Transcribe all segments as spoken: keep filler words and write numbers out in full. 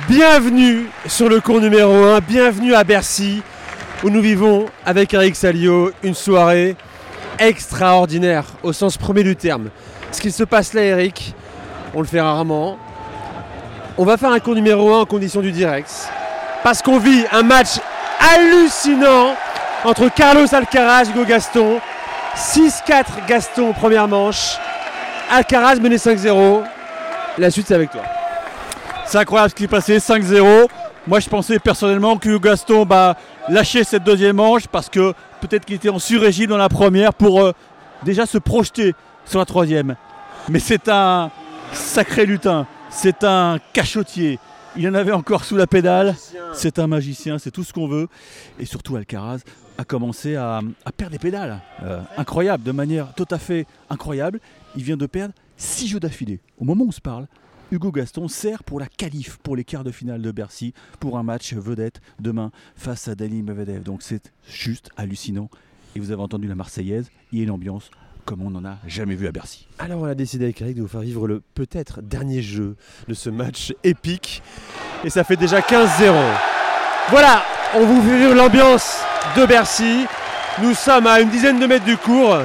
Bienvenue sur le cours numéro un, bienvenue à Bercy, où nous vivons avec Eric Salio une soirée extraordinaire, au sens premier du terme. Ce qu'il se passe là, Eric, on le fait rarement. On va faire un cours numéro un en condition du direct, parce qu'on vit un match hallucinant entre Carlos Alcaraz et Hugo Gaston. six quatre Gaston première manche, Alcaraz mené cinq zéro. La suite, c'est avec toi. C'est incroyable ce qui est passé, cinq zéro. Moi, je pensais personnellement que Hugo Gaston bah, lâchait cette deuxième manche parce que peut-être qu'il était en sur-régime dans la première pour euh, déjà se projeter sur la troisième. Mais c'est un sacré lutin, c'est un cachotier. Il en avait encore sous la pédale. C'est un magicien, c'est tout ce qu'on veut. Et surtout, Alcaraz a commencé à, à perdre des pédales. Euh, incroyable, de manière tout à fait incroyable. Il vient de perdre six jeux d'affilée. Au moment où on se parle, Hugo Gaston sert pour la qualif pour les quarts de finale de Bercy pour un match vedette demain face à Daniil Medvedev. Donc c'est juste hallucinant. Et vous avez entendu la Marseillaise, il y a une ambiance comme on n'en a jamais vu à Bercy. Alors on a décidé avec Eric de vous faire vivre le peut-être dernier jeu de ce match épique. Et ça fait déjà quinze zéro. Voilà, on vous fait vivre l'ambiance de Bercy. Nous sommes à une dizaine de mètres du cours.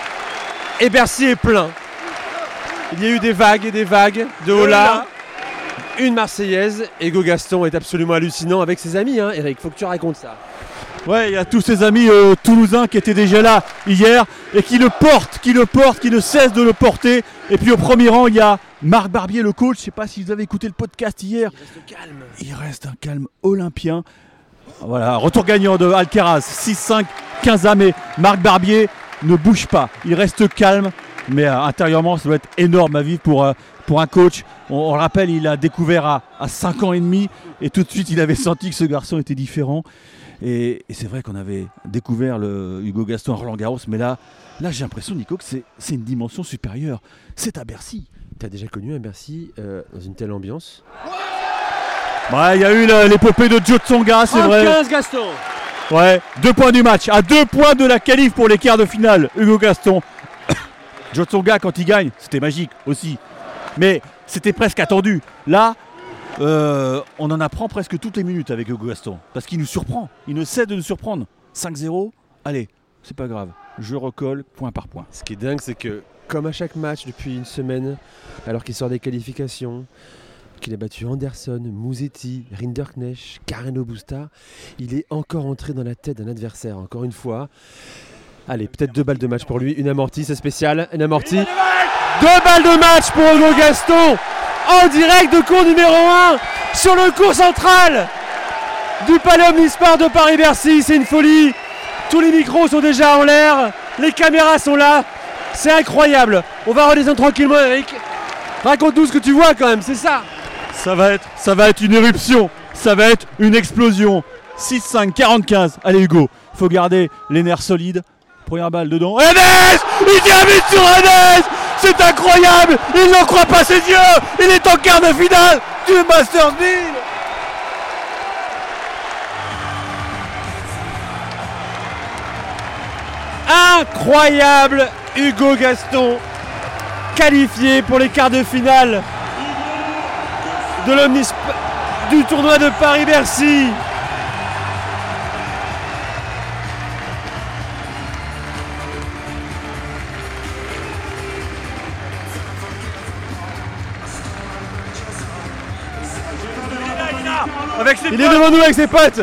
Et Bercy est plein. Il y a eu des vagues et des vagues de Ola, une Marseillaise, et Hugo Gaston est absolument hallucinant avec ses amis, hein, Eric, faut que tu racontes ça. Ouais, il y a tous ses amis euh, toulousains qui étaient déjà là hier et qui le portent, qui le portent, qui ne cessent de le porter. Et puis au premier rang, il y a Marc Barbier, le coach. Je ne sais pas si vous avez écouté le podcast hier. Il reste calme. Il reste un calme olympien. Voilà, retour gagnant de Alcaraz, six cinq, quinze A, mais Marc Barbier ne bouge pas. Il reste calme. Mais euh, intérieurement, ça doit être énorme à vivre pour, euh, pour un coach. On, on le rappelle, il a découvert à, à cinq ans et demi et tout de suite, il avait senti que ce garçon était différent. Et, et c'est vrai qu'on avait découvert le Hugo Gaston à Roland-Garros, mais là, là j'ai l'impression, Nico, que c'est, c'est une dimension supérieure. C'est à Bercy. Tu as déjà connu à Bercy euh, dans une telle ambiance? Ouais, il y a eu la, l'épopée de Joe Tsonga, c'est vrai. quinze Gaston. Ouais, deux points du match. À deux points de la qualif pour les quarts de finale, Hugo Gaston. Joe Tsonga, quand il gagne, c'était magique aussi. Mais c'était presque attendu. Là, euh, on en apprend presque toutes les minutes avec Hugo Gaston. Parce qu'il nous surprend. Il ne cesse de nous surprendre. cinq zéro, allez, c'est pas grave. Je recolle point par point. Ce qui est dingue, c'est que, comme à chaque match depuis une semaine, alors qu'il sort des qualifications, qu'il a battu Anderson, Musetti, Rinderknecht, Carreno Busta, il est encore entré dans la tête d'un adversaire, encore une fois. Allez, peut-être deux balles de match pour lui, une amortie, c'est spécial, une amortie. Deux balles de match pour Hugo Gaston, en direct de cours numéro un, sur le cours central du Palais Omnisport de Paris-Bercy, c'est une folie. Tous les micros sont déjà en l'air, les caméras sont là, c'est incroyable. On va redescendre tranquillement, Eric. Raconte-nous ce que tu vois quand même, c'est ça. Ça va être, ça va être une éruption, ça va être une explosion. six cinq, quarante-quinze, allez Hugo, il faut garder les nerfs solides. Première balle dedans. Enes, il tient vite sur Enes. C'est incroyable. Il n'en croit pas ses yeux. Il est en quart de finale du Masters mille. Incroyable. Hugo Gaston qualifié pour les quarts de finale de l'Omnisp du tournoi de Paris-Bercy. Avec ses Il potes. est devant nous avec ses potes.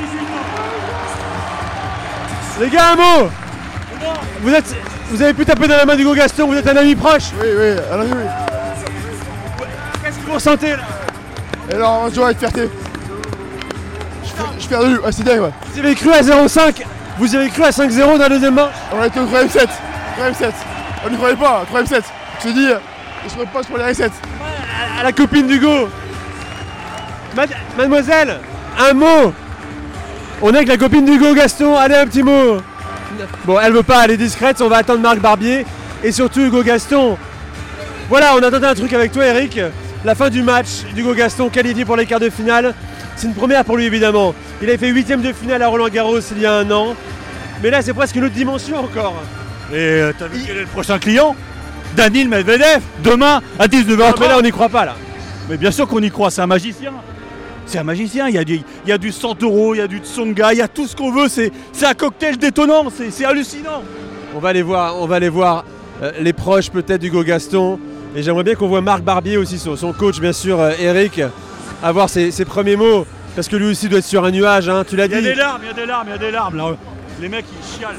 Les gars, un mot. Vous êtes, vous avez pu taper dans la main d'Hugo Gaston, vous êtes un ami proche. Oui, oui, un ami, oui. Qu'est-ce que vous ressentez là? Alors, joie et de fierté. Je perds, je perds de lui, ouais, c'est dingue, ouais. Vous avez cru à zéro cinq, vous avez cru à cinq zéro dans la deuxième manche. On a été au troisième set. troisième set. On n'y croyait pas, troisième set. Je te dis, on se repose pour les resets. À la copine d'Hugo. Mad- Mademoiselle, un mot. On est avec la copine d'Hugo Gaston, allez un petit mot. Bon, elle veut pas, elle est discrète, on va attendre Marc Barbier et surtout Hugo Gaston. Voilà, on attendait un truc avec toi Eric. La fin du match d'Hugo Gaston qualifié pour les quarts de finale. C'est une première pour lui évidemment. Il avait fait huitième de finale à Roland-Garros il y a un an. Mais là c'est presque une autre dimension encore. Et euh, t'as vu quel est le prochain client? Daniil Medvedev, demain à dix-neuf heures Non, trente. mais là on n'y croit pas là. Mais bien sûr qu'on y croit, c'est un magicien. c'est un magicien. Il y a du, il y a du Santoro, il y a du Tsonga, il y a tout ce qu'on veut. C'est, c'est un cocktail détonnant, c'est, c'est hallucinant. On va aller voir, on va aller voir euh, les proches peut-être d'Hugo Gaston. Et j'aimerais bien qu'on voit Marc Barbier aussi, son, son coach bien sûr, euh, Eric, avoir ses, ses premiers mots. Parce que lui aussi doit être sur un nuage, hein, tu l'as dit. Il y a des larmes, il y a des larmes, il y a des larmes. Là. Les mecs ils chialent.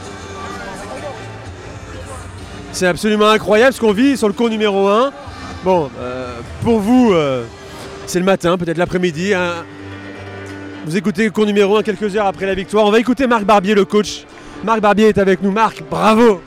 C'est absolument incroyable ce qu'on vit sur le cours numéro un. Bon, euh, pour vous, euh, c'est le matin, peut-être l'après-midi. Hein. Vous écoutez le cours numéro un quelques heures après la victoire. On va écouter Marc Barbier, le coach. Marc Barbier est avec nous. Marc, bravo!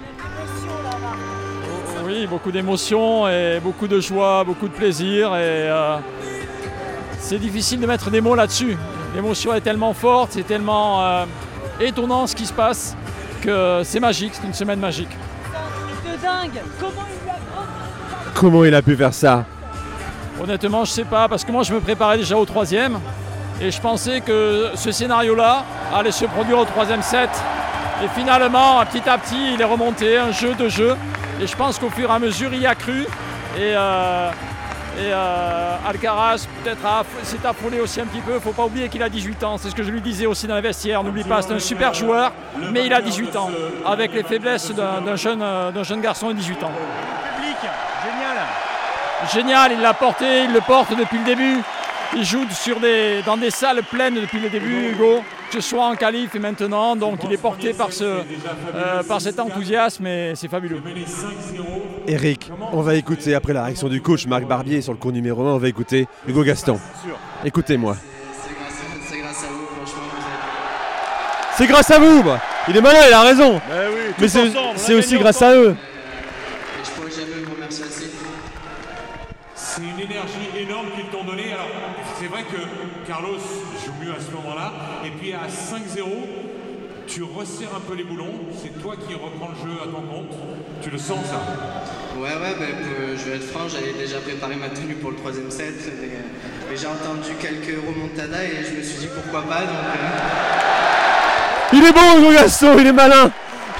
Oui, beaucoup d'émotions et beaucoup de joie, beaucoup de plaisir. Et euh, c'est difficile de mettre des mots là-dessus. L'émotion est tellement forte, c'est tellement euh, étonnant ce qui se passe que c'est magique, c'est une semaine magique. De dingue. Comment il a Comment il a pu faire ça? Honnêtement, je ne sais pas, parce que moi je me préparais déjà au troisième et je pensais que ce scénario-là allait se produire au troisième set. Et finalement, petit à petit, il est remonté, un jeu, deux jeux. Et je pense qu'au fur et à mesure, il y a cru. Et, euh, et euh, Alcaraz peut-être a, s'est affolé aussi un petit peu. Il ne faut pas oublier qu'il a dix-huit ans. C'est ce que je lui disais aussi dans les vestiaires. N'oublie pas, c'est un super joueur, mais il a dix-huit ans. Avec les faiblesses d'un, d'un, jeune, d'un jeune garçon de dix-huit ans. Public, génial. Génial, il l'a porté, il le porte depuis le début. Il joue sur des, dans des salles pleines depuis le début, Hugo, que ce soit en qualif et maintenant. Donc il est porté par, ce, euh, par cet enthousiasme et c'est fabuleux. Eric, on va écouter, après la réaction du coach Marc Barbier sur le cours numéro un, on va écouter Hugo Gaston. Écoutez-moi. C'est grâce à vous, franchement. C'est grâce à vous bah. Il est malin, il a raison. Mais, oui, Mais c'est, ensemble, c'est aussi grâce à eux. Et je pourrais jamais vous remercier assez. C'est une énergie énorme qu'ils t'ont donnée. Alors, c'est vrai que Carlos joue mieux à ce moment-là. Et puis à cinq zéro, tu resserres un peu les boulons. C'est toi qui reprends le jeu à ton compte. Tu le sens, ça? Ouais, ouais, bah, euh, je vais être franc, j'avais déjà préparé ma tenue pour le troisième set. Mais, euh, mais j'ai entendu quelques remontadas et je me suis dit pourquoi pas. Donc, euh... Il est bon, Hugo Gaston, il est malin.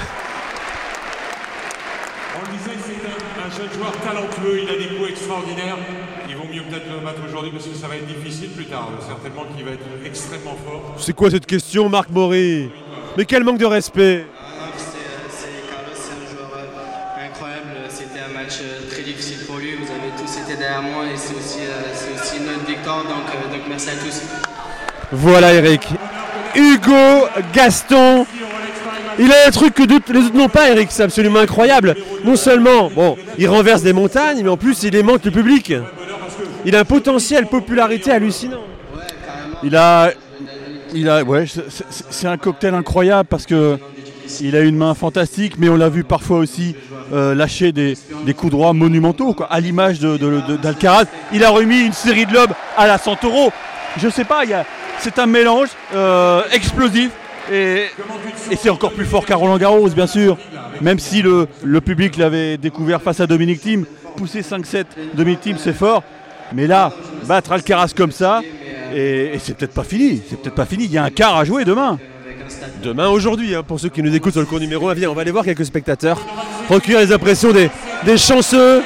On le disait, c'est un, un jeune joueur talentueux. Il a des coups extraordinaires. Il vaut mieux peut-être le battre aujourd'hui parce que ça va être difficile plus tard. Certainement qu'il va être extrêmement fort. C'est quoi cette question, Marc Maury? Mais quel manque de respect. Ah, c'est, c'est, Carlos, c'est un joueur euh, incroyable. C'était un match euh, très difficile pour lui. Vous avez tous été derrière moi et c'est aussi, euh, c'est aussi notre victoire. Donc, euh, donc merci à tous. Voilà Eric. Hugo Gaston. Il a un truc que d'autres, les autres n'ont pas, Eric. C'est absolument incroyable. Non seulement, bon, il renverse des montagnes, mais en plus il aimante le public. Il a un potentiel popularité hallucinant. Il a, il a, ouais, c'est, c'est, c'est un cocktail incroyable parce que il a une main fantastique, mais on l'a vu parfois aussi euh, lâcher des, des coups droits monumentaux, quoi, à l'image de, de, de, d'Alcaraz. Il a remis une série de lobes à la Santoro. Je sais pas, il y a, c'est un mélange euh, explosif et, et c'est encore plus fort qu'à Roland Garros, bien sûr. Même si le, le public l'avait découvert face à Dominic Thiem, pousser cinq sept Dominic Thiem, c'est fort. Mais là, battre Alcaraz comme ça, et, et c'est peut-être pas fini, c'est peut-être pas fini, il y a un quart à jouer demain. Demain, aujourd'hui, hein, pour ceux qui nous écoutent sur le cours numéro un, viens, on va aller voir quelques spectateurs, recueillir les impressions des, des chanceux,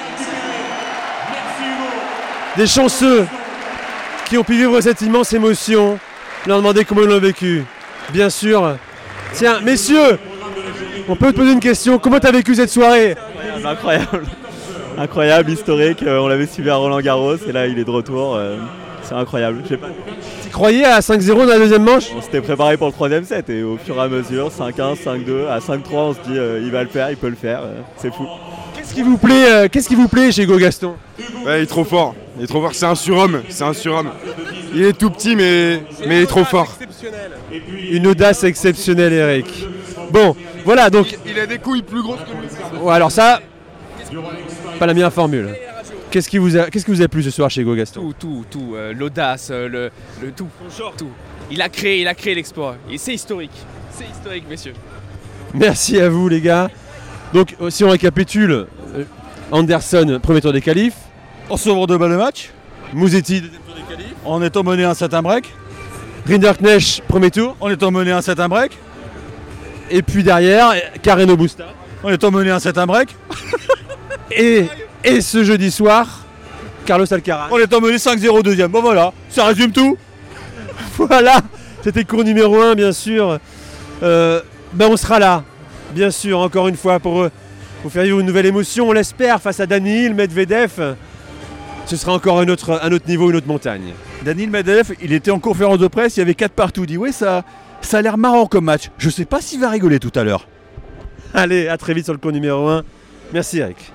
des chanceux qui ont pu vivre cette immense émotion, leur demander comment ils l'ont vécu. Bien sûr. Tiens, messieurs, on peut te poser une question, comment tu as vécu cette soirée? Incroyable. Incroyable, historique, euh, on l'avait suivi à Roland Garros et là il est de retour, euh, c'est incroyable. Je sais pas. Tu croyais à cinq zéro dans la deuxième manche? On s'était préparé pour le troisième set et au fur et à mesure, cinq un, cinq deux, à cinq trois on se dit euh, il va le faire, il peut le faire, euh, c'est fou. Qu'est-ce qui vous plaît, euh, qu'est-ce qui vous plaît chez Hugo Gaston? Ouais, il est trop fort. Il est trop fort. C'est un surhomme. C'est un surhomme. Il est tout petit, mais, mais il est trop fort. Une audace exceptionnelle, Eric. Bon, voilà, donc... Il a des couilles plus grosses que lui. Ouais, alors ça, pas la meilleure formule. Qu'est-ce qui vous a, qu'est-ce qui vous a plu ce soir chez Hugo Gaston? Tout, tout, tout. Euh, l'audace, euh, le, le tout, tout. Il a créé, il a créé l'exploit. Et c'est historique. C'est historique, messieurs. Merci à vous, les gars. Donc, si on récapitule, euh, Anderson, premier tour des qualifs. En sauvant deux balles de match. Musetti, deuxième tour des qualifs. En étant mené un set un break. Rinderknecht, premier tour. En étant mené un set un break. Et puis derrière, Carreno Busta. En étant mené un set un break. et, et ce jeudi soir, Carlos Alcaraz. On est emmené cinq zéro deuxième. Bon voilà, ça résume tout. Voilà, c'était cours numéro un, bien sûr. Euh, ben on sera là, bien sûr, encore une fois, pour, pour faire vivre une nouvelle émotion, on l'espère, face à Daniil Medvedev. Ce sera encore un autre, un autre niveau, une autre montagne. Daniil Medvedev, il était en conférence de presse, il y avait quatre partout. Il dit ouais, ça, ça a l'air marrant comme match. Je sais pas s'il va rigoler tout à l'heure. Allez, à très vite sur le cours numéro un. Merci Eric.